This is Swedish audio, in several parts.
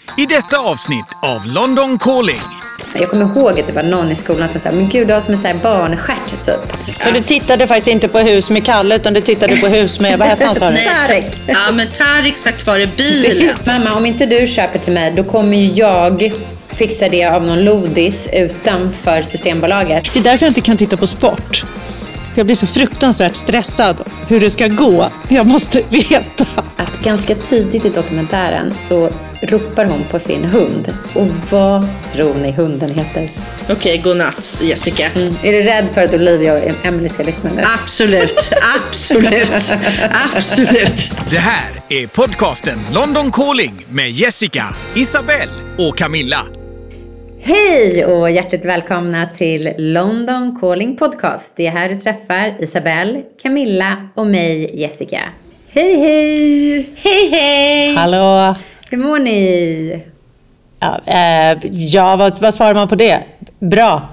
I detta avsnitt av London Calling. Jag kommer ihåg att det var någon i skolan som sa, men gud, du har som en sån här barnstjärt typ. Så du tittade faktiskt inte på hus med Kalle, utan du tittade på hus med, vad hette han, sa du? Tarik. Ja, men Tarik satt kvar i bilen. Mamma, om inte du köper till mig, då kommer ju jag fixa det av någon lodis utanför Systembolaget. Det är därför jag inte kan titta på sport. För jag blir så fruktansvärt stressad hur det ska gå. Jag måste veta. Att ganska tidigt i dokumentären så ropar hon på sin hund. Och vad tror ni hunden heter? Okej, godnatt Jessica. Är du rädd för att Olivia och Emily ska lyssna nu? Absolut. Det här är podcasten London Calling med Jessica, Isabelle och Camilla. Hej och hjärtligt välkomna till London Calling Podcast. Det är här du träffar Isabelle, Camilla och mig, Jessica. Hej, hej! Hej, hej! Hallå. Hur mår ni? Ja, vad svarar man på det? Bra.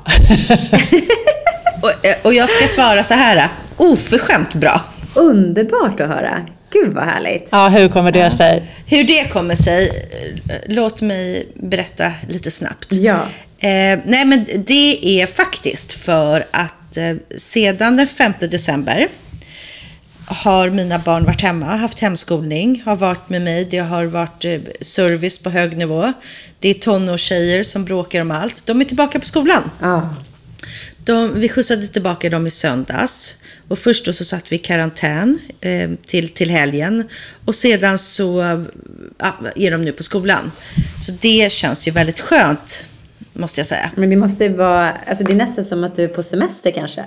Och jag ska svara så här. Oförskämt bra. Underbart att höra. Gud vad härligt. Ja, hur kommer det sig? Hur det kommer sig, låt mig berätta lite snabbt. Ja. Nej, men det är faktiskt för att sedan den 5 december har mina barn varit hemma, haft hemskolning, har varit med mig. Det har varit service på hög nivå. Det är tonårstjejer som bråkar om allt. De är tillbaka på skolan. Vi skjutsade tillbaka dem i söndags. Och först då så satt vi i karantän till helgen. Och sedan så är de nu på skolan. Så det känns ju väldigt skönt, måste jag säga. Men det måste ju vara, alltså det är nästan som att du är på semester kanske.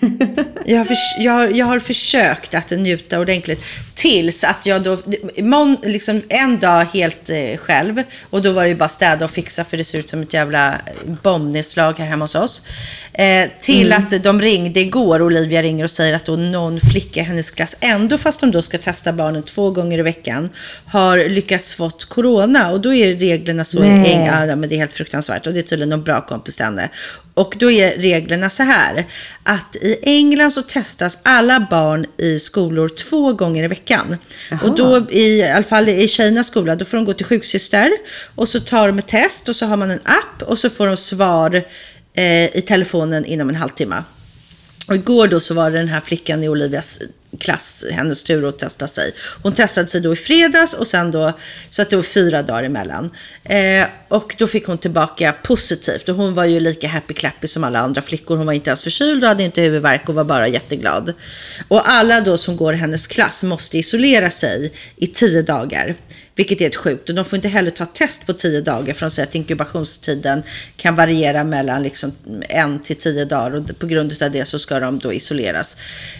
Jag har försökt att njuta ordentligt tills att jag då liksom en dag helt själv, och då var det ju bara städa och fixa för det ser ut som ett jävla bombnedslag här hemma hos oss. Till att de ringde igår, Olivia ringer och säger att då någon flicka i hennes klass, ändå fast de då ska testa barnen 2 gånger i veckan, har lyckats fått corona, och då är reglerna så enkla, men det är helt fruktansvärt, och det är tydligen någon bra kompis till henne. Och då är reglerna så här, att i England så testas alla barn i skolor 2 gånger i veckan. Jaha. Och då i alla fall i tjejernas skola, då får de gå till sjuksyster och så tar de ett test och så har man en app och så får de svar i telefonen inom en halvtimme. Och igår då så var det den här flickan i Olivias klass, hennes tur att testa sig. Hon testade sig då i fredags och sen då, så att det var 4 dagar emellan. Och då fick hon tillbaka positivt. Och hon var ju lika happy-clappy som alla andra flickor. Hon var inte ens förkyld och hade inte huvudvärk och var bara jätteglad. Och alla då som går i hennes klass måste isolera sig i 10 dagar. Vilket är ett sjukt. Och de får inte heller ta test på 10 dagar. För de säger att inkubationstiden kan variera mellan liksom 1 till 10 dagar. Och på grund av det så ska de då isoleras.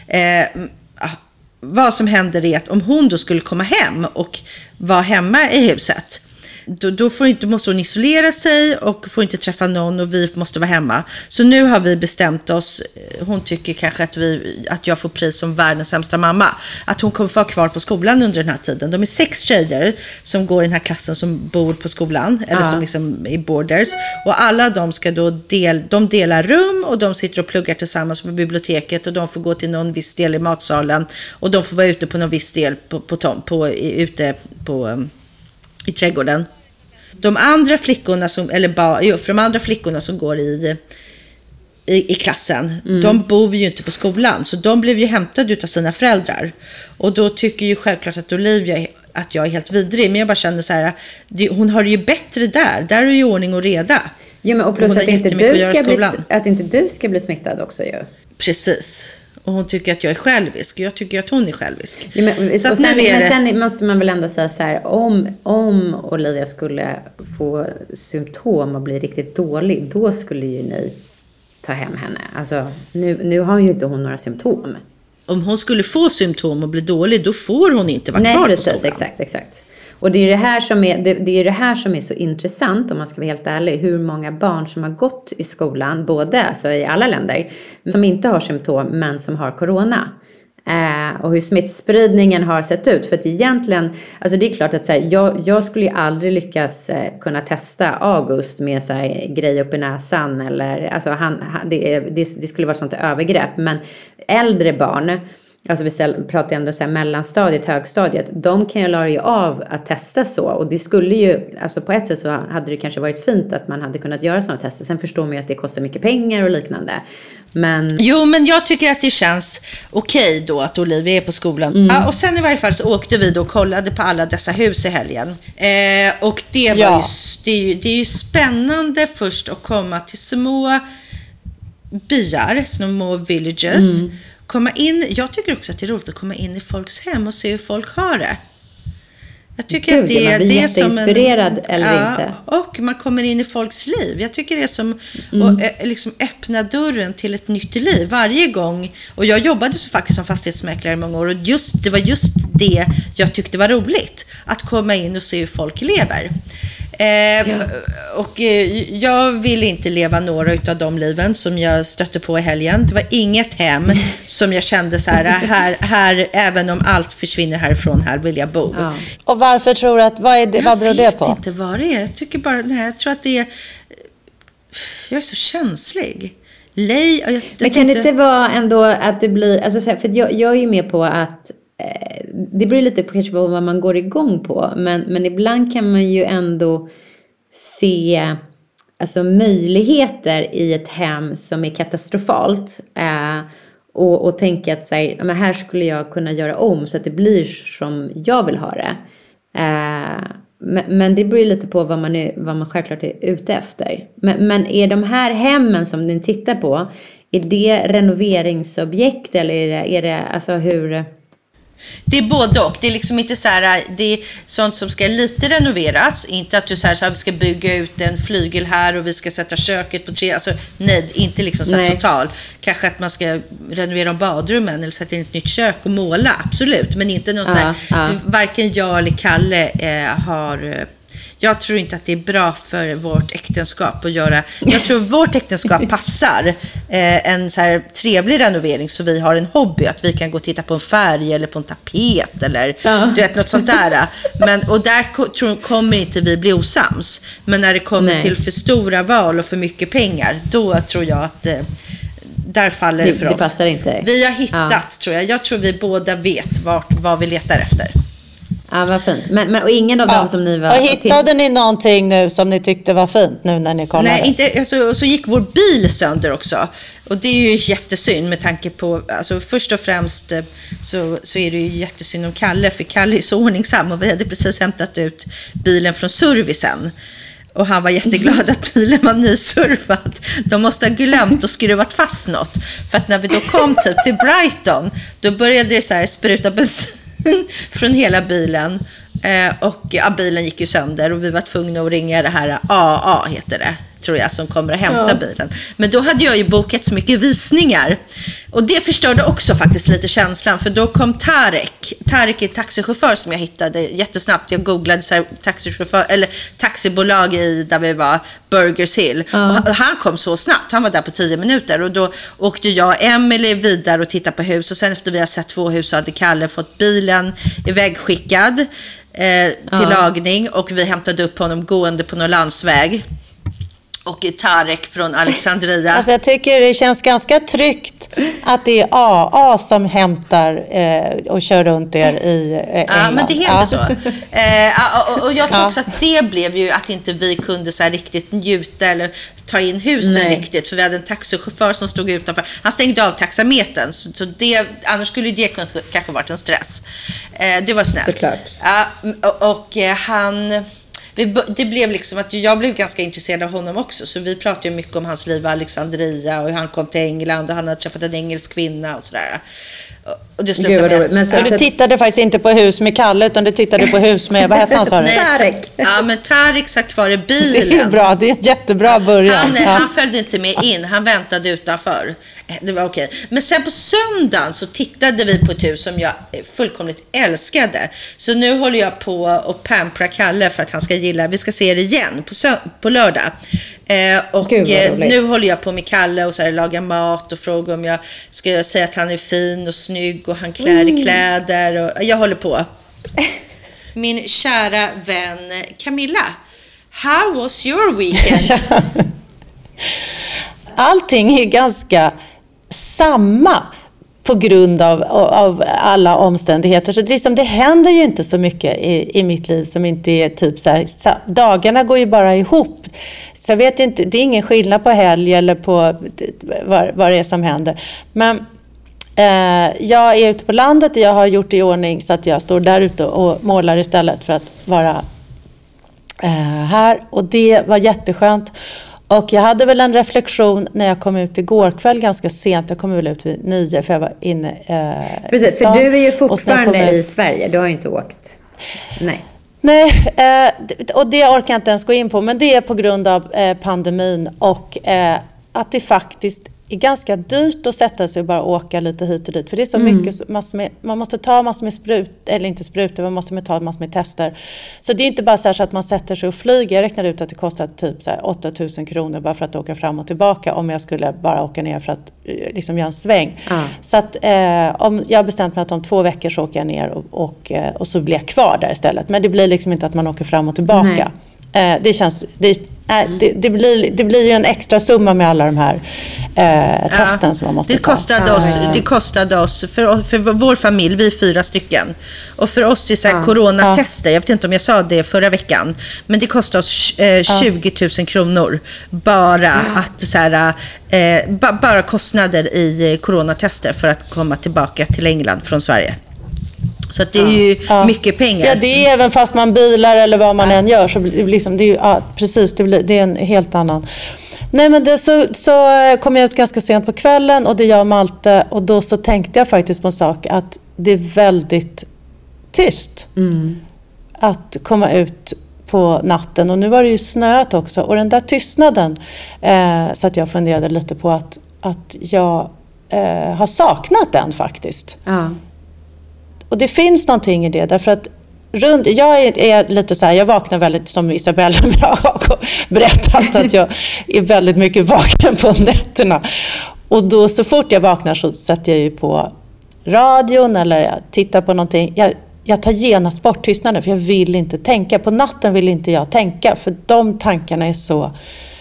Vad som händer är att om hon då skulle komma hem och vara hemma i huset, då måste hon isolera sig och får inte träffa någon, och vi måste vara hemma. Så nu har vi bestämt oss, hon tycker kanske att jag får pris som världens sämsta mamma, att hon kommer få vara kvar på skolan under den här tiden. De är 6 tjejer som går i den här klassen som bor på skolan, eller som liksom är boarders, och alla de ska då de delar rum, och de sitter och pluggar tillsammans på biblioteket, och de får gå till någon viss del i matsalen, och de får vara ute på någon viss del i trädgården. De andra flickorna som går i klassen, de bor ju inte på skolan, så de blev ju hämtade av sina föräldrar. Och då tycker ju självklart att Olivia att jag är helt vidrig, men jag bara känner så här, hon har det ju bättre där är det ju ordning och reda. Ja, men och plus att inte du ska bli smittad också ju. Precis. Och hon tycker att jag är självisk. Jag tycker att hon är självisk. Ja, men sen måste man väl ändå säga så här, om Olivia skulle få symptom och bli riktigt dålig, då skulle ju ni ta hem henne. Alltså, nu har ju inte hon några symptom. Om hon skulle få symptom och bli dålig, då får hon inte vara kvar på skolan. Nej, precis, exakt. Och det är det här som är så intressant, om man ska vara helt ärlig, hur många barn som har gått i skolan, både alltså i alla länder, som inte har symptom men som har corona. Och hur smittspridningen har sett ut. För att egentligen, alltså det är klart att så här, jag skulle ju aldrig lyckas kunna testa August med så här, grej upp i näsan. Eller, alltså det skulle vara sånt övergrepp. Men äldre barn alltså vi pratar ändå så här mellanstadiet, högstadiet, de kan ju lära ju av att testa så, och det skulle ju, alltså på ett sätt så hade det kanske varit fint att man hade kunnat göra sådana tester. Sen förstår man ju att det kostar mycket pengar och liknande. Jo, men jag tycker att det känns okej då att Olivia är på skolan. Ja, och sen i varje fall så åkte vi då och kollade på alla dessa hus i helgen. Och det var det är ju spännande först att komma till små byar, små villages. Komma in, jag tycker också att det är roligt att komma in i folks hem och se hur folk har det. Jag tycker att det är som inspirerad eller inte. Och man kommer in i folks liv. Jag tycker det är som att liksom öppna dörren till ett nytt liv varje gång. Och jag jobbade faktiskt som fastighetsmäklare i många år, och det var just det jag tyckte var roligt. Att komma in och se hur folk lever. Och jag vill inte leva några av de liven som jag stötte på i helgen. Det var inget hem som jag kände så här, även om allt försvinner härifrån, här vill jag bo. Ja. Och varför tror du att, vad beror det på? Jag vet inte vad det är. Jag tycker bara, jag tror att det är, jag är så känslig. Men kan det inte vara ändå att det blir, alltså, för jag är ju med på att det beror lite på kanske på vad man går igång på, men ibland kan man ju ändå se alltså möjligheter i ett hem som är katastrofalt, och tänka att så här, men här skulle jag kunna göra om så att det blir som jag vill ha det. Men det beror ju lite på vad man självklart är ute efter. Men är de här hemmen som ni tittar på, är det renoveringsobjekt eller är det alltså hur? Det är både och. Det är liksom inte så här, det är sånt som ska lite renoveras. Inte att du så här vi ska bygga ut en flygel här och vi ska sätta köket på 3. Alltså nej, inte liksom så här total. Kanske att man ska renovera om badrummen eller sätta in ett nytt kök och måla, absolut. Men inte någon så här, varken jag eller Kalle har... Jag tror inte att det är bra för vårt äktenskap att göra. Jag tror vårt äktenskap passar en så här trevlig renovering, så vi har en hobby, att vi kan gå och titta på en färg eller på en tapet eller du vet, något sånt där. Och där kommer inte vi bli osams. Men när det kommer till för stora val och för mycket pengar, då tror jag att där faller det för oss. Det passar inte. Vi har hittat, tror jag. Jag tror vi båda vet vad vi letar efter. Ja, vad fint. Men och ingen av dem som ni var... Och hittade ni någonting nu som ni tyckte var fint nu när ni kollade? Nej, inte, alltså, så gick vår bil sönder också. Och det är ju jättesynd med tanke på... Alltså först och främst så är det ju jättesynd om Kalle. För Kalle är så ordningsam och vi hade precis hämtat ut bilen från servicen. Och han var jätteglad att bilen var nysurfad. De måste ha glömt och skruvat fast något. För att när vi då kom typ till Brighton, då började det så här spruta bensin från hela bilen, och bilen gick ju sönder och vi var tvungna att ringa det här AA heter det, tror jag, som kommer att hämta bilen. Men då hade jag ju bokat så mycket visningar, och det förstörde också faktiskt lite känslan, för då kom Tarek är taxichaufför som jag hittade jättesnabbt. Jag googlade så här, taxichaufför eller taxibolag i där vi var, Burgers Hill, och han kom så snabbt, han var där på 10 minuter, och då åkte jag och Emily vidare och tittade på hus, och sen efter vi har sett 2 hus så hade Kalle fått bilen ivägskickad till lagning, och vi hämtade upp honom gående på någon landsväg. Och Tarek från Alexandria. Alltså jag tycker det känns ganska tryggt att det är AA som hämtar och kör runt er i England. Ja, men det heter så. Och jag tror också att det blev ju att inte vi kunde så här riktigt njuta eller ta in husen riktigt. För vi hade en taxichaufför som stod utanför. Han stängde av taxametern. Så det, annars skulle det kanske varit en stress. Det var snällt. Såklart. Ja, och han... Det blev liksom att jag blev ganska intresserad av honom också, så vi pratade ju mycket om hans liv i Alexandria och hur han kom till England och han hade träffat en engelsk kvinna och sådär. Och det slutade med men du tittade faktiskt inte på hus med Kalle, utan du tittade på hus med, vad hette han sa du? Tarek. Ja, men Tarek satt kvar i bilen. Det är bra, det är en jättebra början. Han följde inte med in, han väntade utanför. Det var okej. Men sen på söndagen så tittade vi på ett hus som jag fullkomligt älskade. Så nu håller jag på att pampra Kalle för att han ska gilla. Vi ska se det igen på lördag. Och nu håller jag på med Kalle och så här, laga mat och fråga om jag ska säga att han är fin och snygg och han klär i kläder. Och jag håller på. Min kära vän Camilla, how was your weekend? Allting är ganska samma. på grund av alla omständigheter. Så det händer ju inte så mycket i mitt liv som inte är typ så här, dagarna går ju bara ihop. Så jag vet inte, det är ingen skillnad på helg eller på vad det är som händer. Men jag är ute på landet och jag har gjort i ordning så att jag står där ute och målar istället för att vara här. Och det var jätteskönt. Och jag hade väl en reflektion när jag kom ut igår kväll ganska sent. Jag kom väl ut vid 9 för jag var inne Precis, för du är ju fortfarande i Sverige. Du har ju inte åkt. Nej, och det orkar jag inte ens gå in på. Men det är på grund av pandemin och att det faktiskt är ganska dyrt att sätta sig och bara åka lite hit och dit. För det är så mycket, man måste ta massor med man måste ta massor med tester. Så det är inte bara så att man sätter sig och flyger. Jag räknade ut att det kostar typ så här 8 000 kronor bara för att åka fram och tillbaka. Om jag skulle bara åka ner för att liksom göra en sväng. Så att om jag har bestämt mig att om 2 veckor så åker jag ner och så blir jag kvar där istället. Men det blir liksom inte att man åker fram och tillbaka. Det känns... Det blir ju en extra summa med alla de här testen som man måste ta. Det kostade oss för vår familj, vi är 4 stycken. Och för oss är så här coronatester, jag vet inte om jag sa det förra veckan, men det kostar oss 20 000 kronor bara att så här, bara kostnader i coronatester för att komma tillbaka till England från Sverige. Så att det är ju mycket pengar. Ja, det är även fast man bilar eller vad man än gör så liksom, det är ju precis, det är en helt annan. Nej, men så kom jag ut ganska sent på kvällen och det gör Malte och då så tänkte jag faktiskt på en sak att det är väldigt tyst att komma ut på natten och nu var det ju snöat också och den där tystnaden så att jag funderade lite på att jag har saknat den faktiskt. Och det finns någonting i det därför att jag är lite så här, jag vaknar väldigt som Isabella har berättat att jag är väldigt mycket vaken på nätterna. Och då så fort jag vaknar så sätter jag ju på radion eller jag tittar på någonting. Jag tar genast bort tystnaden för jag vill inte tänka. På natten vill inte jag tänka för de tankarna är så...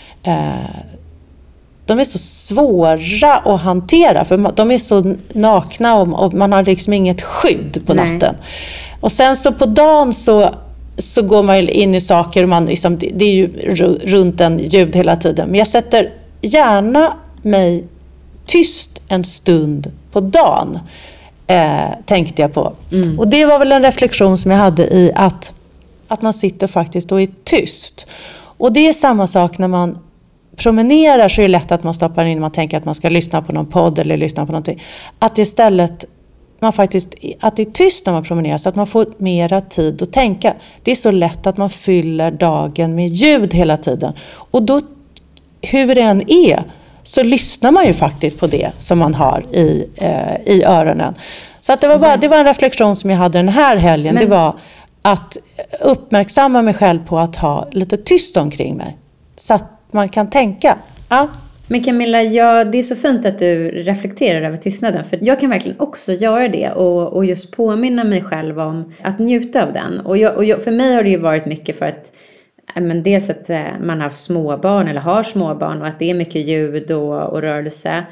de är så svåra att hantera för de är så nakna och man har liksom inget skydd på natten. Och sen så på dagen så går man in i saker och man liksom, det är ju runt en ljud hela tiden. Men jag sätter gärna mig tyst en stund på dagen tänkte jag på. Och det var väl en reflektion som jag hade i att man sitter faktiskt och är tyst. Och det är samma sak när man promenerar så är det lätt att man stoppar in man tänker att man ska lyssna på någon podd eller lyssna på någonting. Att istället att det är tyst när man promenerar så att man får mera tid att tänka. Det är så lätt att man fyller dagen med ljud hela tiden. Och då, hur det än är, så lyssnar man ju faktiskt på det som man har i öronen. Så att det var en reflektion som jag hade den här helgen. Det var att uppmärksamma mig själv på att ha lite tyst omkring mig. Så att man kan tänka. Men Camilla, det är så fint att du reflekterar över tystnaden. För jag kan verkligen också göra det. Och just påminna mig själv om att njuta av den. Och för mig har det ju varit mycket för att dels att man har småbarn eller har småbarn. Och att det är mycket ljud och rörelse.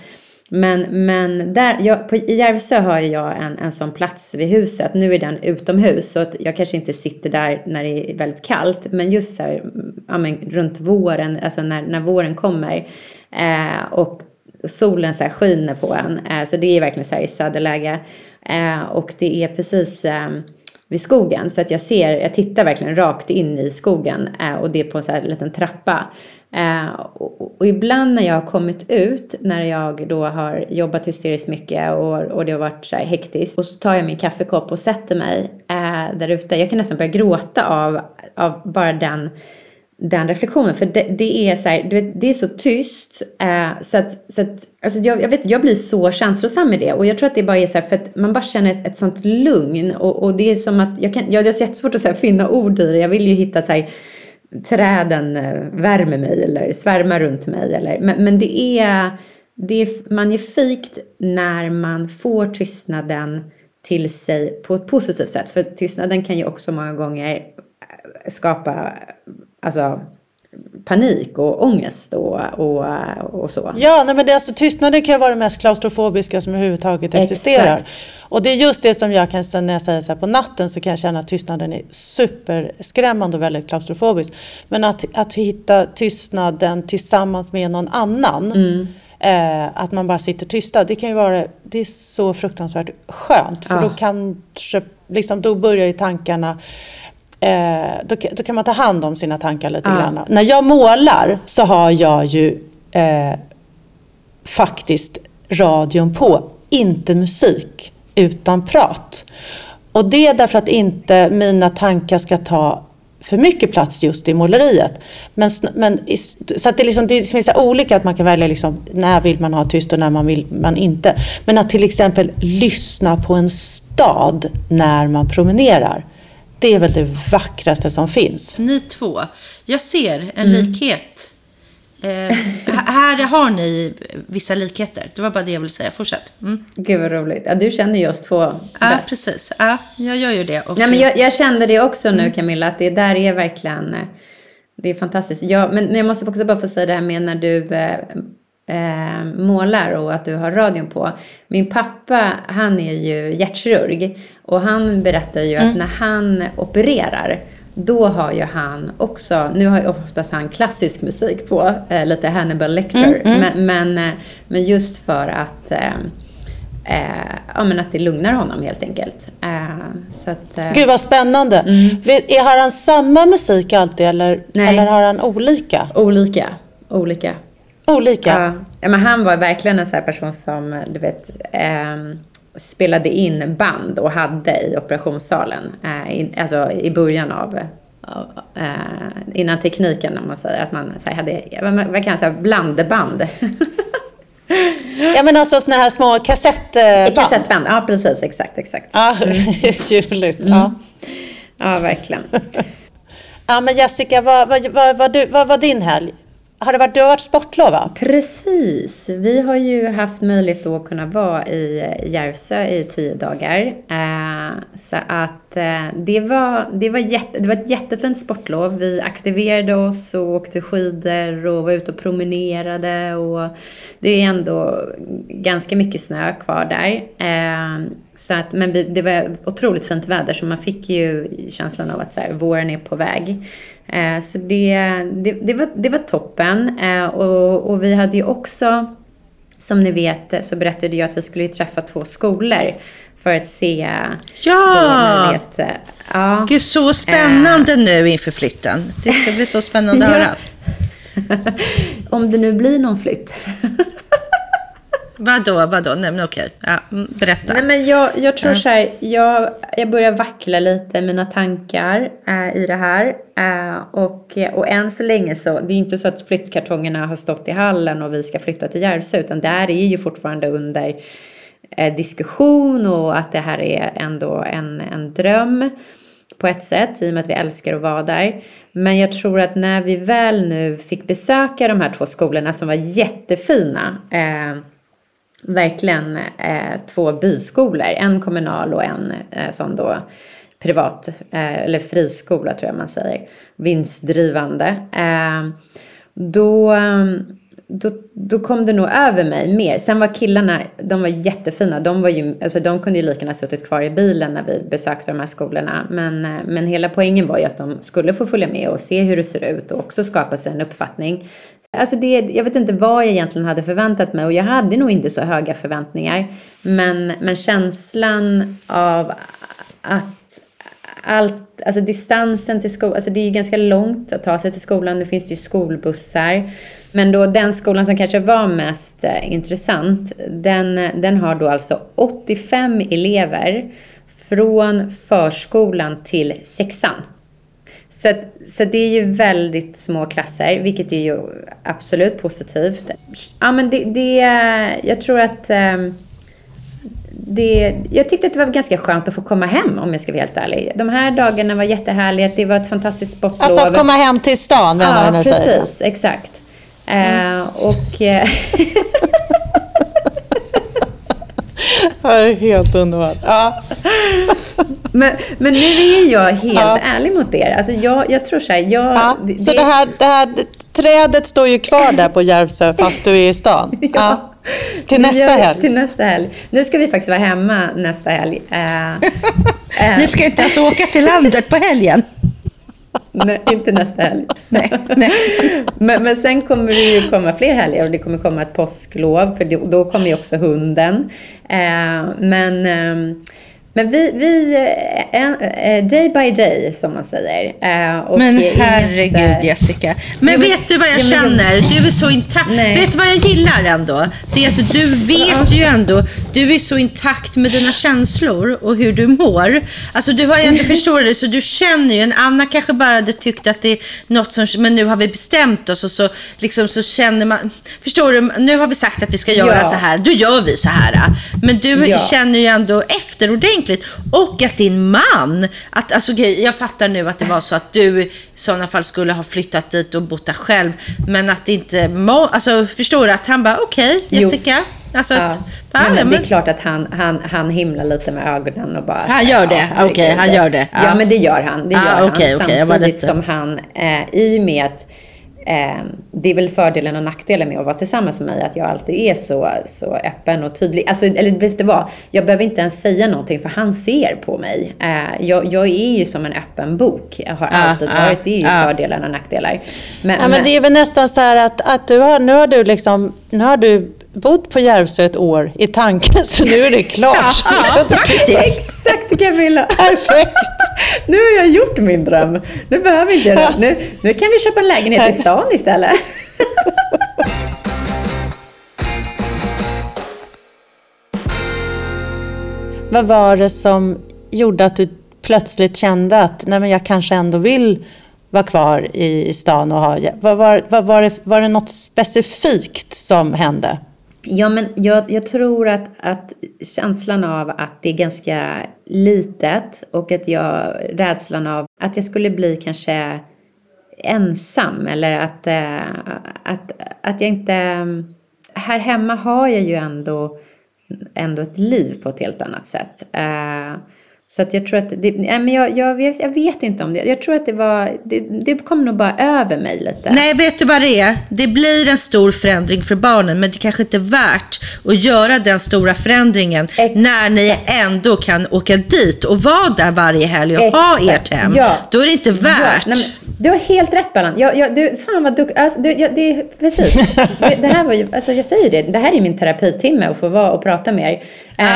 Men där, i Järvsö har jag en sån plats vid huset. Nu är den utomhus så att jag kanske inte sitter där när det är väldigt kallt. Men just så här, runt våren, alltså när våren kommer och solen så här skiner på en. Så det är verkligen så här i söderläge. Och det är precis vid skogen. Så att jag tittar verkligen rakt in i skogen. Och det är på en så här liten trappa. Och ibland när jag har kommit ut, när jag då har jobbat hysteriskt mycket och det har varit så här hektiskt, och så tar jag min kaffekopp och sätter mig där ute. Jag kan nästan börja gråta av bara den reflektionen, för det är så här, det är så tyst så att alltså jag blir så känslosam med det, och jag tror att det bara är så här, för att man bara känner ett sånt lugn, och det är som att jag har jättesvårt att så här finna ord i det. Jag vill ju hitta så här, träden värmer mig eller svärmar runt mig men det är man är fikt när man får tystnaden till sig på ett positivt sätt, för tystnaden kan ju också många gånger skapa panik och ångest och så. Ja, nej, men det, alltså, tystnaden kan ju vara det mest klaustrofobiska som överhuvudtaget existerar. Exakt. Och det är just det som jag kan, när jag säger så här på natten, så kan jag känna att tystnaden är superskrämmande och väldigt klaustrofobisk. Men att hitta tystnaden tillsammans med någon annan, att man bara sitter tysta, det kan ju vara, det är så fruktansvärt skönt. För då kanske, liksom, då börjar ju tankarna, då kan man ta hand om sina tankar lite grann. När jag målar så har jag ju faktiskt radion på, inte musik utan prat. Och det är därför att inte mina tankar ska ta för mycket plats just i måleriet. Men så att det finns så olika, att man kan välja liksom, när vill man ha tyst och när vill man inte. Men att till exempel lyssna på en stad när man promenerar, det är väl det vackraste som finns. Ni två, jag ser en likhet. Här har ni vissa likheter. Det var bara det jag ville säga. Fortsätt. Gud vad roligt. Ja, du känner ju oss två bäst. Ja, precis. Ja, jag gör ju det. Och nej, men jag kände det också nu, Camilla, att det där är verkligen, det är fantastiskt. Men jag måste också bara få säga det här med när du målar och att du har radion på. Min pappa, han är ju hjärtkirurg, och han berättar ju att när han opererar, då har ju han också, nu har ju oftast han klassisk musik på, lite Hannibal Lecter, men just för att men att det lugnar honom helt enkelt. Så att, Gud vad spännande. Har han samma musik alltid, eller har han olika? Olika. Ja, men han var verkligen en sån här person som, du vet, spelade in band och hade i operationssalen, alltså i början av innan tekniken, om man säger att man så här, hade, vad kan jag säga, blandband. Ja, men alltså såna här små kassettband. Ja, precis, exakt. Ja, ljuvligt. Ja, verkligen. Ja, men Jessica, vad var din helg? Du har varit sportlov, va? Precis. Vi har ju haft möjlighet att kunna vara i Järvsö i 10 dagar. Så att det var ett jättefint sportlov. Vi aktiverade oss och åkte skidor och var ute och promenerade. Och det är ändå ganska mycket snö kvar där. Så att, men det var otroligt fint väder, så man fick ju känslan av att så här, våren är på väg. Så det var toppen. Och vi hade ju också, som ni vet, så berättade jag att vi skulle träffa 2 skolor för att se möjlighet. Ja. Gud, så spännande nu inför flytten. Det ska bli så spännande att höra. Om det nu blir någon flytt. Vadå? Nej, men okej. Ja, berätta. Nej, men jag tror så här, jag börjar vackla lite mina tankar i det här. Och än så länge så, det är inte så att flyttkartongerna har stått i hallen och vi ska flytta till Järvsö, utan där är ju fortfarande under diskussion, och att det här är ändå en dröm på ett sätt, i och med att vi älskar att vara där. Men jag tror att när vi väl nu fick besöka de här 2 skolorna som var jättefina, verkligen 2 byskolor, en kommunal och en sån då privat, eller friskola tror jag man säger, vinstdrivande, då kom det nog över mig mer. Sen var killarna, de var jättefina. De kunde ju lika gärna suttit kvar i bilen när vi besökte de här skolorna. Men hela poängen var ju att de skulle få följa med och se hur det ser ut och också skapa sig en uppfattning. Alltså jag vet inte vad jag egentligen hade förväntat mig, och jag hade nog inte så höga förväntningar. Men känslan av att alltså distansen till skolan, alltså det är ju ganska långt att ta sig till skolan. Nu finns det ju skolbussar. Men då den skolan som kanske var mest intressant, den har då alltså 85 elever från förskolan till 6:an. Så det är ju väldigt små klasser, vilket är ju absolut positivt. Ja, men jag tror att jag tyckte att det var ganska skönt att få komma hem, om jag ska vara helt ärlig. De här dagarna var jättehärliga, det var ett fantastiskt sportlov. Alltså att komma hem till stan, menar du när du säger det? Ja, precis, exakt. Och det är helt underbart. Ja. men nu är jag helt ärlig mot er. Alltså jag tror så här, så det här trädet står ju kvar där på Järvsö fast du är i stan. Ja. Till nästa helg. Till nästa helg. Nu ska vi faktiskt vara hemma nästa helg. Ni ska inte ens åka till landet på helgen. Nej, inte nästa helg. Nej. Men sen kommer det ju komma fler helger och det kommer komma ett påsklov för då kommer ju också hunden. Men vi day by day som man säger. Och men herregud Jessica. Men vet du vad jag känner? Du är så intakt. Vet du vad jag gillar ändå? Det är att du vet ju ändå. Du är så intakt med dina känslor och hur du mår. Alltså du har ju ändå förstår det. Så du känner ju. En Anna kanske bara hade tyckt att det är något som. Men nu har vi bestämt oss. Och så, liksom, så känner man. Förstår du? Nu har vi sagt att vi ska göra så här. Då gör vi så här. Men du känner ju ändå efter ordentligt. Och att din man, alltså, jag fattar nu att det var så att du i sådana fall skulle ha flyttat dit och bott där själv, men att det inte, alltså förstår du att han bara okej, Jessica. Alltså men det är klart att han himlar lite med ögonen och bara. Han gör det, okej, han gör det. Ja, men det gör han. Samtidigt som han, i och med att det är väl fördelen och nackdelen med att vara tillsammans med mig att jag alltid är så öppen och tydlig. Alltså, eller vet du vad? Jag behöver inte ens säga någonting för han ser på mig. Jag är ju som en öppen bok. Jag har alltid varit. Det är ju fördelen och nackdelar. Men det är väl nästan så här att nu har du bott på Järvsö ett år i tanken, så nu är det klart. Exakt, Camilla. Perfekt. Nu har jag gjort min dröm. Nu behöver inte jag det. Nu kan vi köpa en lägenhet i stan istället. Vad var det som gjorde att du plötsligt kände att nej, men jag kanske ändå vill vara kvar i stan och ha... Var det något specifikt som hände? Ja, men jag tror att känslan av att det är ganska litet och att rädslan av att jag skulle bli kanske ensam eller att jag inte... Här hemma har jag ju ändå ett liv på ett helt annat sätt. Så att jag tror att jag vet inte om det. Jag tror att det kom nog bara över mig lite. Nej, vet du vad det är? Det blir en stor förändring för barnen, men det kanske inte är värt att göra den stora förändringen. Exakt. När ni ändå kan åka dit och vara där varje helg och ha ert hem. Ja. Då är det inte värt. Ja, du har helt rätt, Ballan. Du, fan vad duktig. Alltså, precis. Det här var ju, alltså jag säger det. Det här är min terapitimme att få vara och prata med er.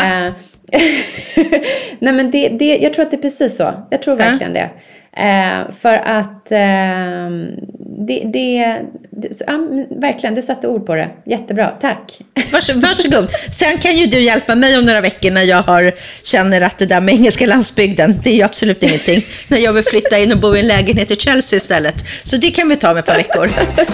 Nej, men jag tror att det är precis så. Jag tror verkligen det. För att verkligen, du satte ord på det. Jättebra, tack. Varsågod. Sen kan ju du hjälpa mig om några veckor när jag känner att det där med engelska landsbygden, det är ju absolut ingenting. När jag vill flytta in och bo i en lägenhet i Chelsea istället. Så det kan vi ta med ett par veckor.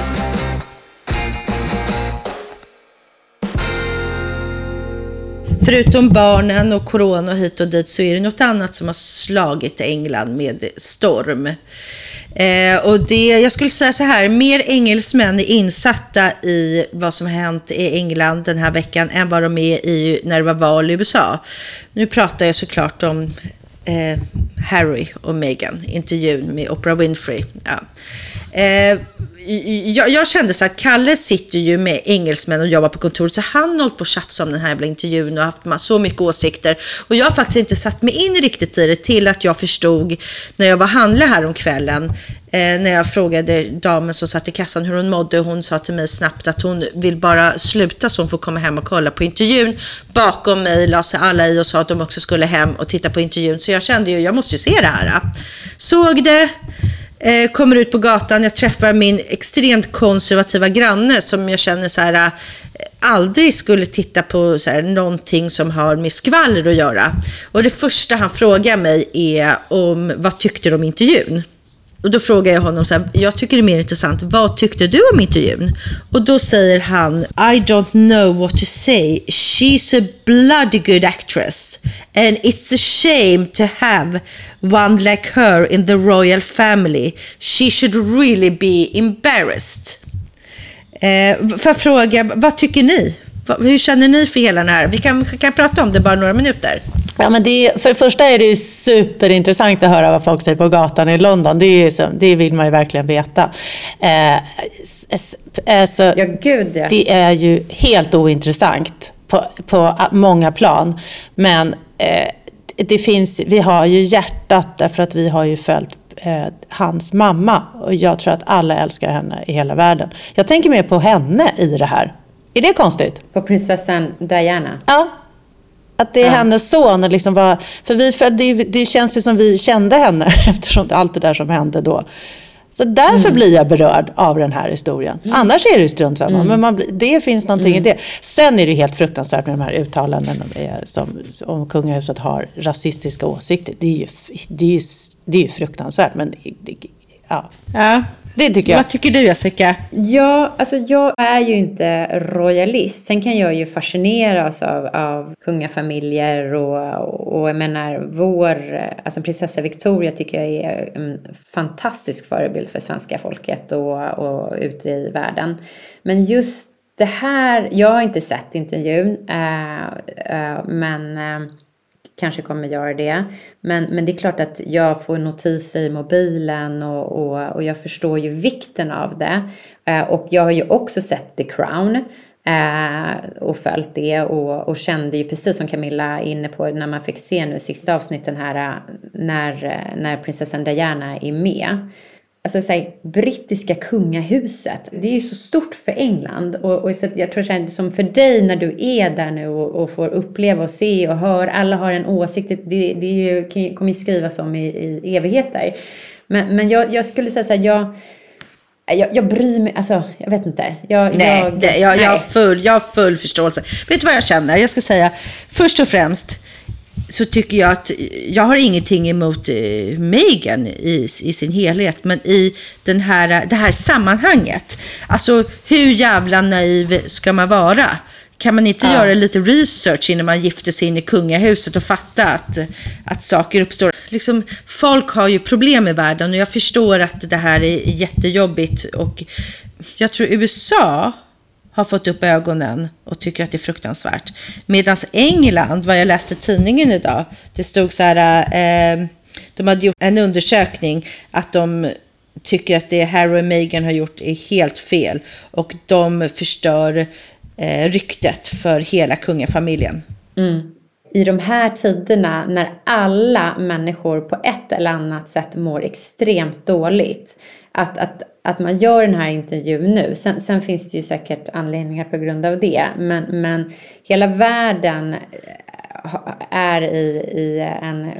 Förutom barnen och corona och hit och dit så är det något annat som har slagit England med storm. Och jag skulle säga så här, mer engelsmän är insatta i vad som har hänt i England den här veckan än vad de är när det var val i USA. Nu pratar jag såklart om Harry och Meghan, intervjun med Oprah Winfrey. Ja. Jag kände så att Kalle sitter ju med engelsmän och jobbar på kontoret, så han har hållit på att tjafsa om den här jävla intervjun och haft så mycket åsikter, och jag har faktiskt inte satt mig in riktigt i det till att jag förstod när jag var handla här om kvällen, när jag frågade damen som satt i kassan hur hon mådde, och hon sa till mig snabbt att hon vill bara sluta så hon får komma hem och kolla på intervjun. Bakom mig la sig alla i och sa att de också skulle hem och titta på intervjun, så jag kände ju, jag måste ju se det här. Såg det, kommer ut på gatan, jag träffar min extremt konservativa granne som jag känner så här aldrig skulle titta på så här, någonting som har med skvaller att göra. Och det första han frågar mig är om vad tyckte du om intervjun? Och då frågar jag honom så här, jag tycker det är mer intressant, vad tyckte du om intervjun? Och då säger han, I don't know what to say. She's a bloody good actress. And it's a shame to have one like her in the royal family. She should really be embarrassed. För att fråga, vad tycker ni? Hur känner ni för hela den här? Vi kan prata om det bara några minuter. Ja, men för det första är det ju superintressant att höra vad folk säger på gatan i London. Det vill man ju verkligen veta. Ja, gud ja. Det är ju helt ointressant på många plan. Men vi har ju hjärtat därför att vi har ju följt hans mamma. Och jag tror att alla älskar henne i hela världen. Jag tänker mer på henne i det här. Är det konstigt? På prinsessan Diana? Ja. Att det är hennes son liksom för det känns ju som vi kände henne eftersom allt det där som hände då. Så därför blir jag berörd av den här historien. Annars är det ju strunt samma, men det finns någonting i det. Sen är det helt fruktansvärt med de här uttalanden om kungahuset har rasistiska åsikter. Det är ju fruktansvärt, men ja. Det tycker jag. Vad tycker du, Jessica? Ja, alltså jag är ju inte royalist. Sen kan jag ju fascineras av kungafamiljer och jag menar alltså prinsessa Victoria tycker jag är en fantastisk förebild för svenska folket och ute i världen. Men just det här, jag har inte sett intervjun, men kanske kommer göra det. Men det är klart att jag får notiser i mobilen och jag förstår ju vikten av det. Och jag har ju också sett The Crown och följt det och kände ju precis som Camilla är inne på när man fick se nu sista avsnitten här när prinsessan Diana är med. Alltså så här, brittiska kungahuset, det är ju så stort för England och så jag tror att som för dig när du är där nu och får uppleva och se och höra, alla har en åsikt, det är ju, kommer ju skrivas om i evigheter. Men jag skulle säga så här, jag bryr mig, alltså jag vet inte. Jag har full förståelse. Vet du vad jag känner? Jag ska säga, först och främst så tycker jag att jag har ingenting emot Meghan i sin helhet, men i det här sammanhanget, alltså hur jävla naiv ska man vara? Kan man inte göra lite research innan man gifter sig in i kungahuset och fatta att saker uppstår? Liksom, folk har ju problem i världen och jag förstår att det här är jättejobbigt och jag tror USA har fått upp ögonen och tycker att det är fruktansvärt. Medan England, vad jag läste i tidningen idag, det stod så här, de hade gjort en undersökning att de tycker att det Harry och Meghan har gjort är helt fel och de förstör ryktet för hela kungafamiljen. I de här tiderna när alla människor på ett eller annat sätt mår extremt dåligt, att man gör den här intervjun nu. Sen finns det ju säkert anledningar på grund av det. Men hela världen är i en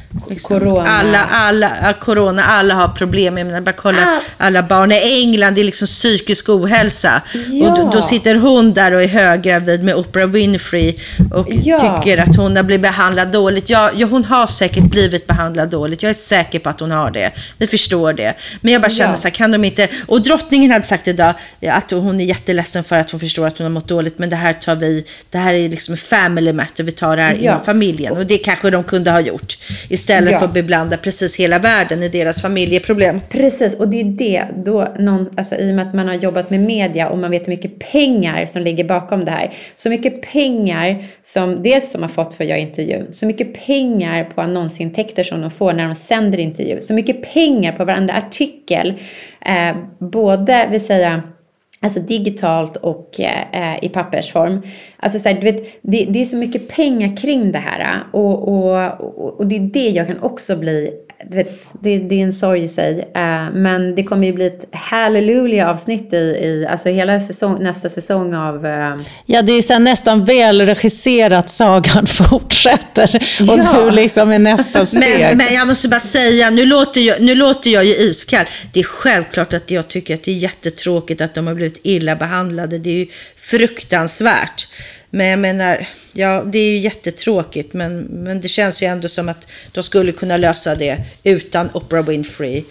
corona. Alla har problem. Jag menar, bara kolla alla barn i England, det är liksom psykisk ohälsa. Ja. Och då sitter hon där och är höggravid med Oprah Winfrey och tycker att hon har blivit behandlad dåligt. Ja, hon har säkert blivit behandlad dåligt. Jag är säker på att hon har det. Vi förstår det. Men jag bara känner så här, kan de inte... Och drottningen hade sagt idag att hon är jätteledsen för att hon förstår att hon har mått dåligt. Men det här är liksom en family matter. Vi tar det här inom familjen. Och det kanske de kunde ha gjort. Istället för att beblanda precis hela världen i deras familjeproblem. Precis, och det är det. Alltså, i och med att man har jobbat med media och man vet hur mycket pengar som ligger bakom det här. Så mycket pengar som har fått för att göra intervjun. Så mycket pengar på annonsintäkter som de får när de sänder intervju. Så mycket pengar på varandra artikel. Både, vill säga... Alltså digitalt och i pappersform. Alltså så här, du vet, det är så mycket pengar kring det här. Och det är det jag kan också bli... Du vet, det är en sorg i sig. Men det kommer ju bli ett halleluja-avsnitt i alltså hela nästa säsong av... Ja, det är så nästan välregisserat, sagan fortsätter. Och nu liksom är nästa steg. Men jag måste bara säga, nu låter jag ju iskall. Det är självklart att jag tycker att det är jättetråkigt att de har blivit illa behandlade. Det är ju fruktansvärt. Men jag menar, det är ju jättetråkigt, men det känns ju ändå som att de skulle kunna lösa det utan Oprah Winfrey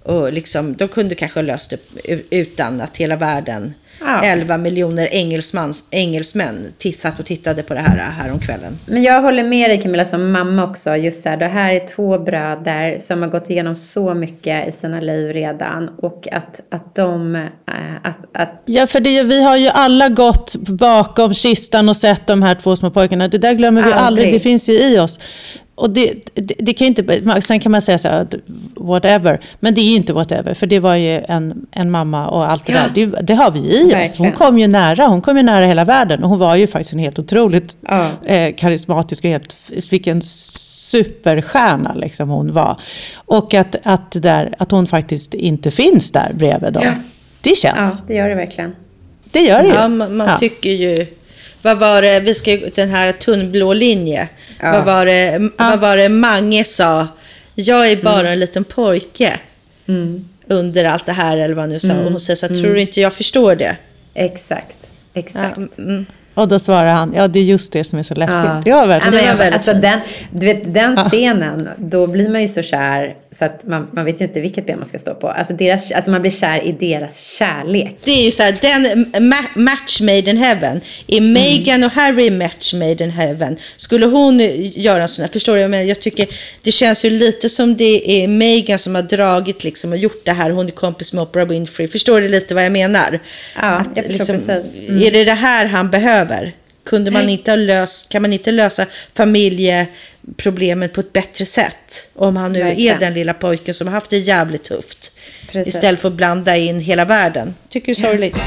Och liksom, de kunde kanske ha löst det utan att hela världen, 11 miljoner engelsmän satt och tittade på det här om kvällen. Men jag håller med dig, Camilla, som mamma också. Just så här, det här är 2 bröder som har gått igenom så mycket i sina liv redan. Och att de... Ja, för vi har ju alla gått bakom kistan och sett de här 2 små pojkarna. Det där glömmer vi aldrig. Det finns ju i oss. Och det kan ju inte, sen kan man säga så här, whatever, men det är ju inte whatever, för det var ju en mamma och allt det där, det har vi i oss. Verkligen. Hon kom ju nära hela världen, och hon var ju faktiskt en helt otroligt karismatisk och vilken superstjärna liksom hon var. Och att hon faktiskt inte finns där bredvid dem, det känns. Ja, det gör det verkligen. Det gör det ju. Ja, man tycker ju... Vad var det, vi ska ju den här tunnblå linje. Vad var det Mange sa? Jag är bara en liten pojke. Under allt det här, eller vad han nu sa. Och hon säger så här, tror du inte jag förstår det? Exakt. Och då svarar han, det är just det som är så läskigt. Det var verkligen. Alltså den scenen, då blir man ju så kär så att man vet ju inte vilket ben man ska stå på. Alltså man blir kär i deras kärlek. Det är ju så här, den match made in heaven. Är Meghan och Harry match made in heaven? Skulle hon göra en sån här, förstår du? Men jag tycker det känns ju lite som det är Meghan som har dragit liksom och gjort det här. Hon är kompis med Oprah Winfrey. Förstår du lite vad jag menar? Ja, jag förstår liksom, precis. Är det här han behöver? Kan man inte lösa familjeproblemet på ett bättre sätt om han nu är den lilla pojken som har haft det jävligt tufft? Precis. Istället för att blanda in hela världen. Tycker du det är sorgligt?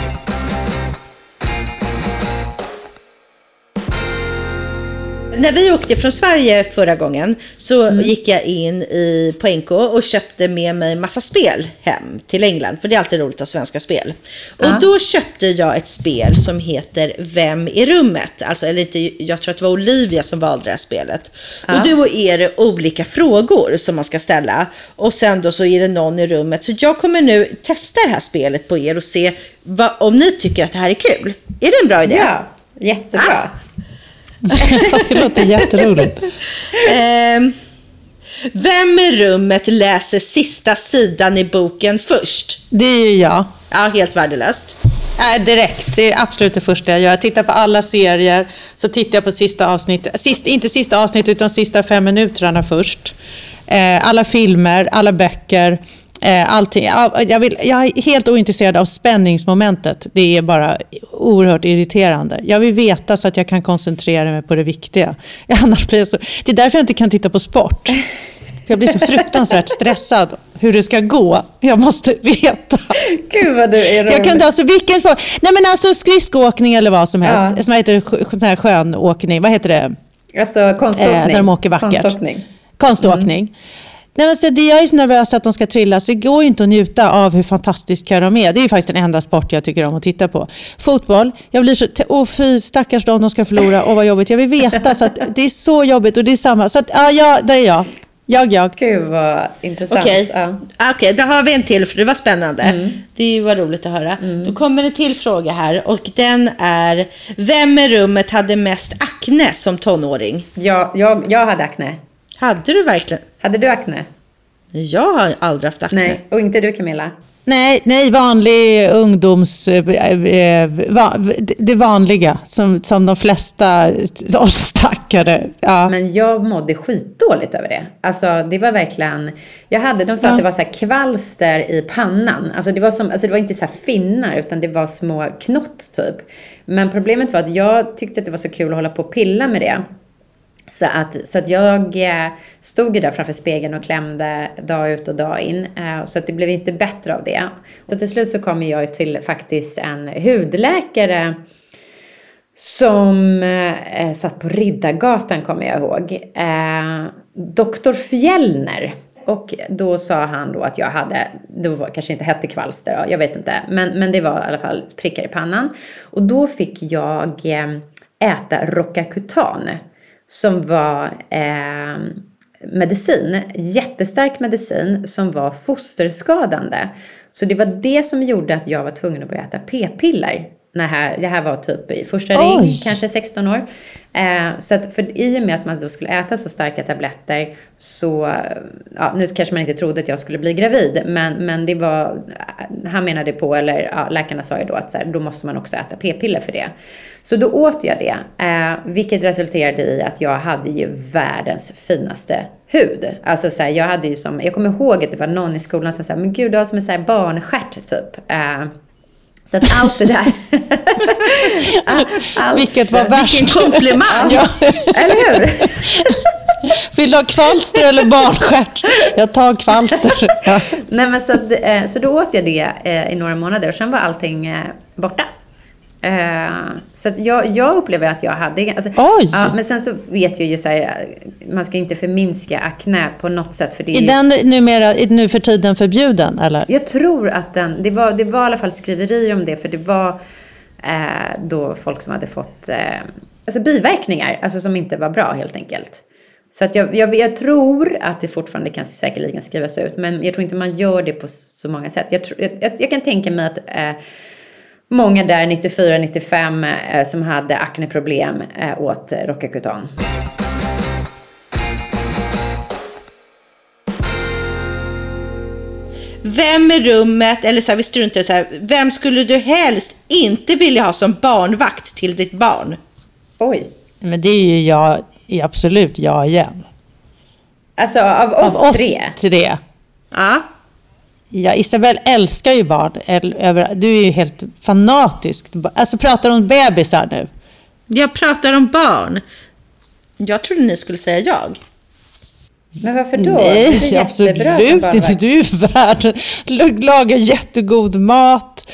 När vi åkte från Sverige förra gången så gick jag in på NK och köpte med mig massa spel hem till England. För det är alltid roligt att ha svenska spel. Och då köpte jag ett spel som heter Vem i rummet? Alltså, eller inte, jag tror att det var Olivia som valde det här spelet. Och då är det olika frågor som man ska ställa. Och sen då så är det någon i rummet. Så jag kommer nu testa det här spelet på er och se om ni tycker att det här är kul. Är det en bra idé? Ja, jättebra. Det låter jätteroligt. Vem i rummet läser sista sidan i boken först? Det är ju jag. Ja, helt värdelöst. Direkt, det är absolut det första jag gör. Jag tittar på alla serier, så tittar jag på sista avsnittet. Inte sista avsnittet, utan sista 5 minuterna först. Alla filmer, alla böcker. Allting. Jag är helt ointresserad av spänningsmomentet. Det är bara oerhört irriterande. Jag vill veta så att jag kan koncentrera mig på det viktiga. Annars blir det är därför jag inte kan titta på sport. För jag blir så fruktansvärt stressad hur det ska gå. Jag måste veta. Gud vad du är rolig. Jag kan alltså vilken sport. Nej, men alltså skridskoåkning eller vad som helst. Som heter sån här skönåkning. Vad heter det? Alltså konståkning. När de åker vackert. Konståkning. Nej, men så jag är så nervös att de ska trilla, så det går ju inte att njuta av hur fantastiska de är. Det är ju faktiskt den enda sport jag tycker om att titta på. Fotboll, jag blir så, fy stackars de ska förlora, och vad jobbigt. Jag vill veta, så att det är så jobbigt, och det är samma. Så att, där är jag. Jag. Gud vad intressant. Okej, då har vi en till, för det var spännande. Det var roligt att höra. Då kommer det till fråga här, och den är: vem i rummet hade mest akne som tonåring? Jag hade akne. Hade du verkligen? Hade du akne? Jag har aldrig haft akne. Nej, och inte du, Camilla? Nej, vanlig ungdoms... det vanliga, som de flesta stackare. Ja. Men jag mådde skitdåligt över det. Alltså, det var verkligen... De sa att det var så här kvalster i pannan. Alltså, det var inte så här finnar, utan det var små knott typ. Men problemet var att jag tyckte att det var så kul att hålla på och pilla med det. Så att jag stod där framför spegeln och klämde dag ut och dag in. Så att det blev inte bättre av det. Så till slut så kom jag till faktiskt en hudläkare som satt på Riddargatan, kommer jag ihåg. Dr. Fjällner. Och då sa han då att jag hade, det var kanske inte hette kvalster, jag vet inte. Men det var i alla fall prickar i pannan. Och då fick jag äta Rocacutan, som var medicin, jättestark medicin som var fosterskadande. Så det var det som gjorde att jag var tvungen att börja äta p-piller. Det här var typ i första ring, kanske 16 år. Så att i och med att man då skulle äta så starka tabletter så, nu kanske man inte trodde att jag skulle bli gravid, men det var, han menade på, eller läkarna sa ju då att så här, då måste man också äta p-piller för det. Så då åt jag det, vilket resulterade i att jag hade ju världens finaste hud. Alltså så här, jag kommer ihåg att det var någon i skolan som sa, men gud, du har som en så här barnstjärt typ. Så att allt det där. Vilket var värst. Vilken komplimang. Ja. Eller hur? Vill du ha kvalster eller barnstjärt? Jag tar kvalster. Ja. Nej, men så då åt jag det i några månader och sen var allting borta. Så att jag upplever att jag hade... Alltså, men sen så vet jag ju så här, man ska inte förminska akné på något sätt. För det är den nu för tiden förbjuden, eller? Jag tror att det var i alla fall skriverier om det, för det var då folk som hade fått alltså biverkningar, alltså som inte var bra helt enkelt. Så att jag tror att det fortfarande kan säkerligen skrivas ut, men jag tror inte man gör det på så många sätt. Jag kan tänka mig att många där 94-95 som hade akneproblem åt Rocacutan. Vem i rummet, eller så här, vi struntar så här, vem skulle du helst inte vilja ha som barnvakt till ditt barn? Oj. Men det är ju jag, absolut jag igen. Alltså av oss tre? Ja. Ja, Isabel älskar ju barn. Du är ju helt fanatisk. Alltså pratar om bebisar nu? Jag pratar om barn. Jag trodde ni skulle säga jag. Men varför då? Nej, det är absolut inte. Du är värd. Lagar jättegod mat.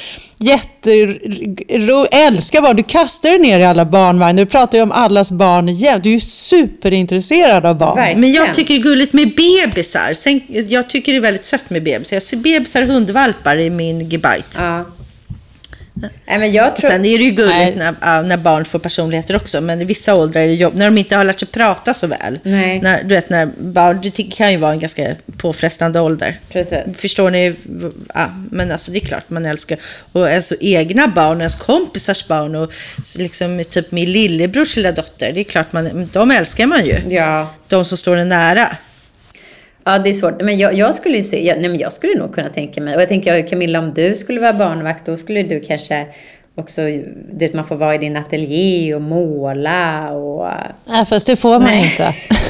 Älskar barn. Du kastar dig ner i alla barnvagnar. Du pratar ju om allas barn igen. Du är ju superintresserad av barn. Verkligen. Men jag tycker det är gulligt med bebisar. Jag tycker det är väldigt sött med bebisar. Jag ser bebisar och hundvalpar i min gebite. Ja. Nej, men jag tror... Sen är det ju gulligt när barn får personligheter också. Men i vissa åldrar är det jobb när de inte har lärt sig prata så väl. Nej. När barn, det kan ju vara en ganska påfrestande ålder. Precis. Förstår ni? Ja, men alltså det är klart man älskar. Och alltså egna barn, ens kompisars barn och liksom typ min lillebrors lilla dotter. Det är klart de älskar man ju. Ja. De som står en nära. Ja, det är svårt. Men jag skulle se, men jag skulle nog kunna tänka mig. Och jag tänker, Camilla, om du skulle vara barnvakt, då skulle du kanske också, man får vara i din ateljé och måla och... Nej, fast det får man inte.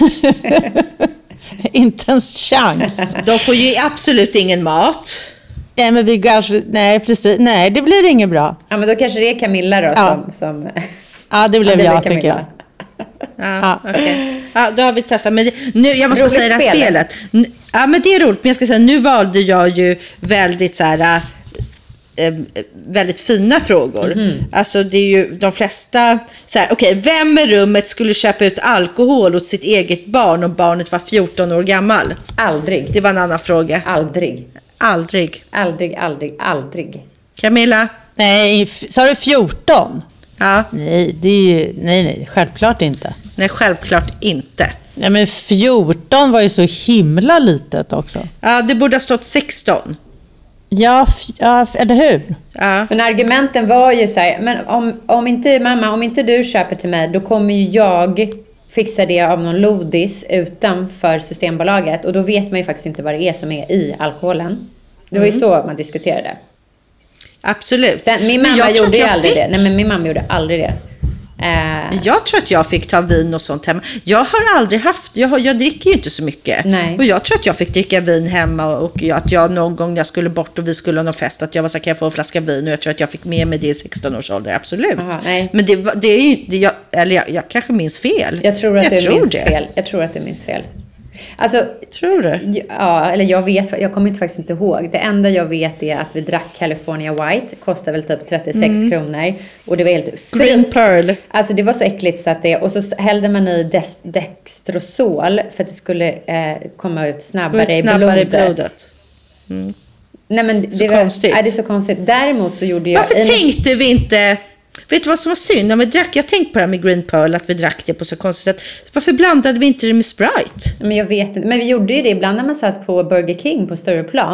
Inte ens chans. De får ju absolut ingen mat. Nej, men precis. Nej, det blir inget bra. Ja, men då kanske det är Camilla då som... Ja, det blev jag, tycker jag. Ja, okej. Ja, då har vi testat. Men nu, jag måste säga det här spelet. Ja, men det är roligt. Men jag ska säga, nu valde jag ju väldigt så här... väldigt fina frågor. Alltså det är ju de flesta så här, okej, vem i rummet skulle köpa ut alkohol åt sitt eget barn om barnet var 14 år gammal? Aldrig. Det var en annan fråga. Aldrig. Camilla? Nej, sa du 14? Ja. Nej, det är ju, nej, självklart inte. Nej, självklart inte. Nej, men 14 var ju så himla litet också. Ja, det borde ha stått 16. Ja, eller hur? Ja. Men argumenten var ju så här, men om inte du köper till mig, då kommer ju jag fixa det av någon lodis utanför Systembolaget. Och då vet man ju faktiskt inte vad det är som är i alkoholen. Det var ju så man diskuterade. Absolut. Sen, min mamma gjorde ju aldrig det. Nej, men min mamma gjorde aldrig det. Jag tror att jag fick ta vin och sånt hemma. Jag har aldrig haft, jag dricker ju inte så mycket. Nej. Och jag tror att jag fick dricka vin hemma och att jag någon gång jag skulle bort och vi skulle ha någon fest, att jag var så här, kan jag få en flaska vin? Och jag tror att jag fick med mig det i 16 års ålder, absolut. Aha, nej. Men det är ju, jag kanske minns fel. Jag tror att du minns fel. Jag tror att du minns fel. Alltså, tror du? Ja, eller jag kommer faktiskt inte ihåg. Det enda jag vet är att vi drack California White. Kostade väl typ 36 kronor. Och det var helt fint. Green Pearl. Alltså det var så äckligt så att det... Och så hällde man i Dextrosol för att det skulle komma ut snabbare i blodet. Mm. Nej, men så konstigt. Det är så konstigt. Däremot så gjorde jag... Varför tänkte vi inte... Vet du vad som var synd? När vi drack, jag tänkte på det här med Green Pearl, att vi drack det på så konstigt sätt. Varför blandade vi inte det med Sprite? Men jag vet inte. Men vi gjorde ju det ibland när man satt på Burger King på större plan.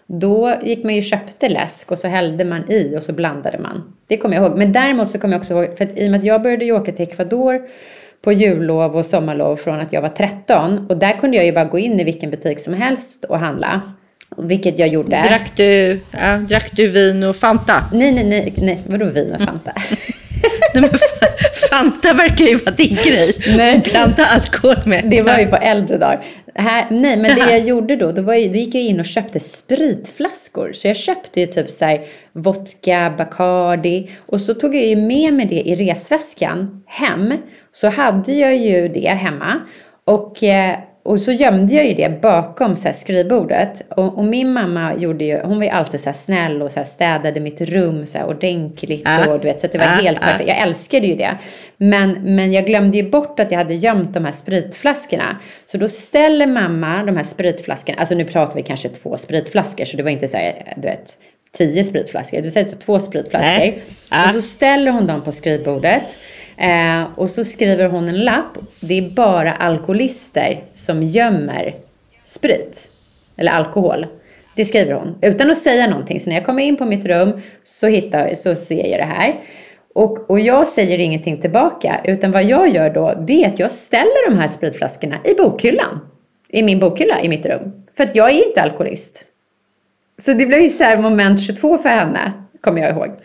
Då gick man ju och köpte läsk och så hällde man i och så blandade man. Det kommer jag ihåg. Men däremot så kommer jag också ihåg, för att i och med att jag började ju åka till Ecuador på jullov och sommarlov från att jag var 13. Och där kunde jag ju bara gå in i vilken butik som helst och handla. Vilket jag gjorde. Drack du vin och Fanta? Nej. Vadå vin och Fanta? Nej, men Fanta verkar ju vara din grej. Nej. Blanda alkohol med. Det var ju på äldre dagar. Nej, men det jag gjorde då gick jag in och köpte spritflaskor. Så jag köpte ju typ så här vodka, Bacardi. Och så tog jag ju med mig det i resväskan hem. Så hade jag ju det hemma. Och så gömde jag ju det bakom så här skrivbordet. Och min mamma hon var ju alltid så här snäll och så här städade mitt rum så här ordentligt. Och du vet, så att det var helt perfekt. Jag älskade ju det. Men jag glömde ju bort att jag hade gömt de här spritflaskorna. Så då ställer mamma de här spritflaskorna. Alltså nu pratar vi kanske 2 spritflaskor. Så det var inte så här, du vet, 10 spritflaskor. Du säger så 2 spritflaskor. Och så ställer hon dem på skrivbordet. Och så skriver hon en lapp. Det är bara alkoholister som gömmer sprit eller alkohol. Det skriver hon utan att säga någonting. Så när jag kommer in på mitt rum så ser jag det här. Och jag säger ingenting tillbaka. Utan vad jag gör då, det är att jag ställer de här spritflaskorna i bokhyllan. I min bokhylla i mitt rum. För att jag är inte alkoholist. Så det blev ju så här moment 22 för henne. Kommer jag ihåg.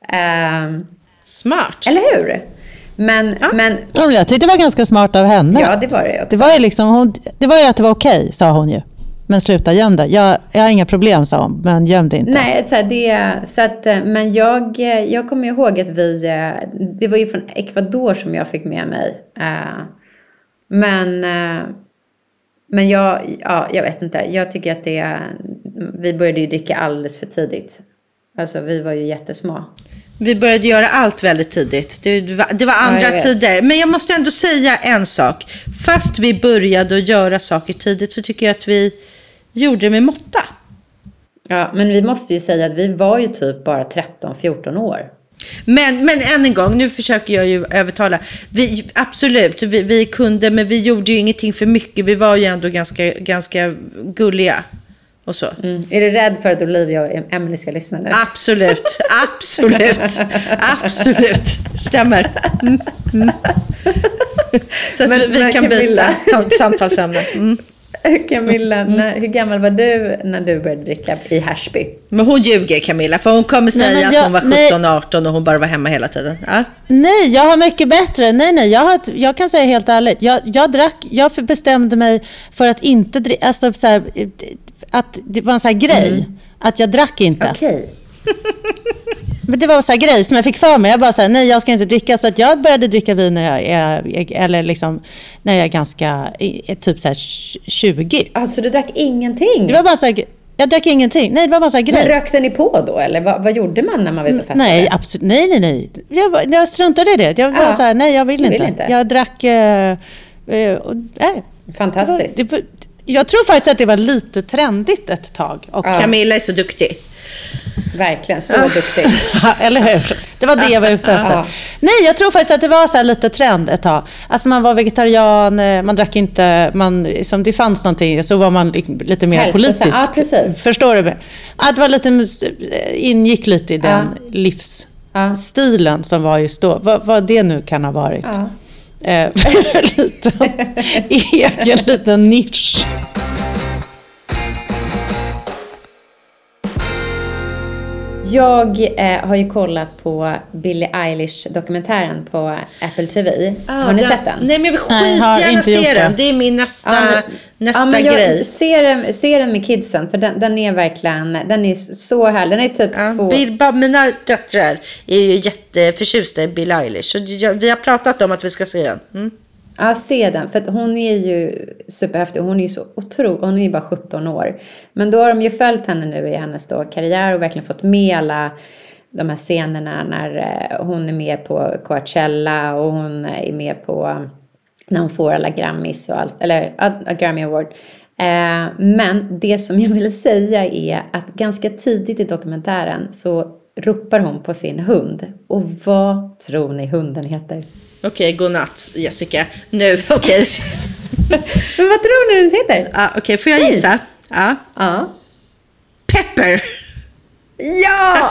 Smart. Eller hur? Men jag tyckte det var ganska smart av henne. Ja, det var det också. Det var ju liksom det var ju att det var okej, sa hon ju. Men sluta göm det. Jag har inga problem, sa hon, men göm det inte. Nej, men jag kommer ihåg att det var ju från Ecuador som jag fick med mig. Men jag vet inte. Jag tycker att vi började ju dricka alldeles för tidigt. Alltså vi var ju jättesmå. Vi började göra allt väldigt tidigt. Det var andra tider. Men jag måste ändå säga en sak. Fast vi började att göra saker tidigt så tycker jag att vi gjorde det med måtta. Ja, men vi måste ju säga att vi var ju typ bara 13-14 år. Men än en gång, nu försöker jag ju övertala. Absolut, vi kunde, men vi gjorde ju ingenting för mycket. Vi var ju ändå ganska gulliga. Och så. Är du rädd för att Olivia och Emily ska lyssna nu? Absolut. Stämmer. Så att vi kan byta samtalsämne. Camilla, hur gammal var du när du började dricka i Härsby? Men hon ljuger, Camilla, för hon kommer säga att hon var 17-18 och hon bara var hemma hela tiden. Ja? Nej, jag har mycket bättre. Nej, jag kan säga helt ärligt. Jag bestämde mig för att inte dricka, alltså så här, att det var en sån här grej att jag drack inte. Okej. Men det var en sån här grej som jag fick för mig. Jag bara så nej, jag ska inte dricka. Så att jag började dricka vin när jag är ganska typ så här 20. Alltså du drack ingenting? Det var bara så här, jag drack ingenting. Nej, det var bara så här grej. Men rökte ni på då? Eller vad gjorde man när man var ute och festade? Nej, absolut. Nej. Jag struntade i det. Jag var så här, nej, jag vill inte. Jag drack... Fantastiskt. Jag tror faktiskt att det var lite trendigt ett tag också. Camilla är så duktig. Verkligen, så duktig. Eller hur? Det var det jag var ute efter. Nej, jag tror faktiskt att det var så här lite trend ett tag. Alltså man var vegetarian, man drack inte, som det fanns någonting, så var man lite mer politisk. Ja, precis. Förstår du? Att det var lite, ingick lite i den livsstilen som var just då. Vad det nu kan ha varit. Egen liten nisch. Jag har ju kollat på Billie Eilish-dokumentären på Apple TV. Har ni sett den? Nej, men jag vill skitgärna se den. Det är min nästa grej. Se den med kidsen, för den är verkligen, den är så härlig. Den är typ 2... Mina döttrar är ju jätteförtjusta i Billie Eilish. Så vi har pratat om att vi ska se den. Ja, se den. För att hon är ju superhäftig. Hon är ju så otrolig. Hon är ju bara 17 år. Men då har de ju följt henne nu i hennes då karriär. Och verkligen fått med alla de här scenerna. När hon är med på Coachella. Och hon är med på när hon får alla Grammys och allt. Eller Grammy Award. Men det som jag vill säga är att ganska tidigt i dokumentären så ropar hon på sin hund. Och vad tror ni hunden heter? Okej, godnatt Jessica. Nu, okej. Men vad tror ni den heter? Okej, får jag gissa? Ja. Pepper. Ja!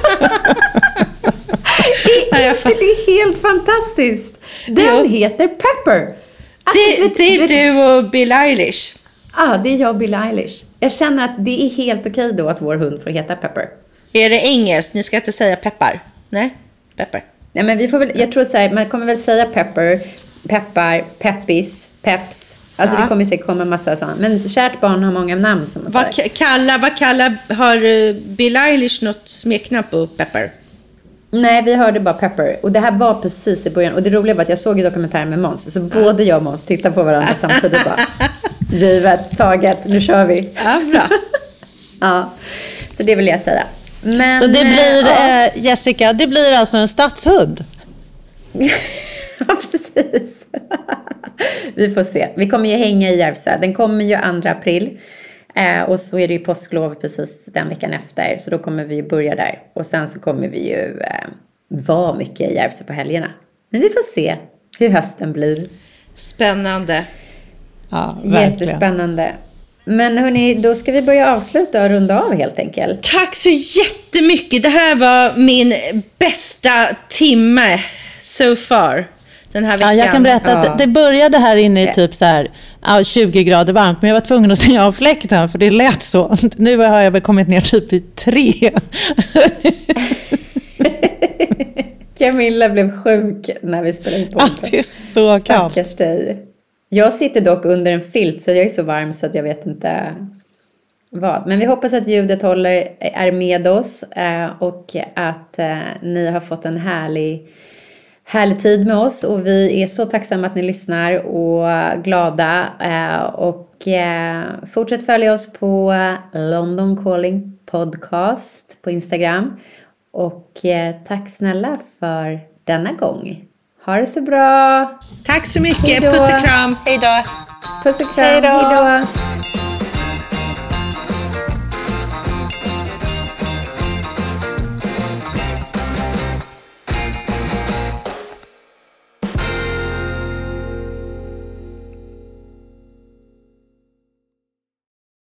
Det är helt fantastiskt. Den heter Pepper. Alltså, Det är du och Bill Eilish. Ja, det är jag och Bill Eilish. Jag känner att det är helt okej då att vår hund får heta Pepper. Är det engelskt? Ni ska inte säga peppar? Nej, Pepper. Nej, men vi får väl, jag tror så här, man kommer väl säga Pepper, peppar, peppis, peps. Alltså det kommer säkert komma en massa sådana. Men kärt barn har många namn som man säger. Har Bill Eilish något smeknamn på Pepper? Nej, vi hörde bara Pepper. Och det här var precis i början. Och det roliga var att jag såg ju dokumentären med Måns. Så både jag och Måns tittade på varandra samtidigt bara. Givet, taget, nu kör vi. Ja, bra. Ja, så det vill jag säga. Men, så det blir, Jessica, det blir alltså en stadshund? Ja, precis. Vi får se. Vi kommer ju hänga i Järvsö. Den kommer ju 2 april. Och så är det ju påsklov precis den veckan efter. Så då kommer vi börja där. Och sen så kommer vi ju vara mycket i Järvsö på helgerna. Men vi får se hur hösten blir. Spännande. Ja, verkligen. Jättespännande. Men hörni, då ska vi börja avsluta och runda av helt enkelt. Tack så jättemycket. Det här var min bästa timme so far. Den här veckan. Ja, jag kan berätta att det började här inne i typ så här 20 grader varmt. Men jag var tvungen att stänga av fläkten för det lät så. Nu har jag väl kommit ner typ i 3. Camilla blev sjuk när vi spelade på. Ja, det är så kallt. Stackars dig. Jag sitter dock under en filt så jag är så varm så att jag vet inte vad. Men vi hoppas att ljudet är med oss och att ni har fått en härlig tid med oss. Och vi är så tacksamma att ni lyssnar och glada. Och fortsätt följa oss på London Calling Podcast på Instagram. Och tack snälla för denna gång. Ha det så bra. Tack så mycket. Hejdå. Puss och kram. Hej då. Puss och kram. Hej då.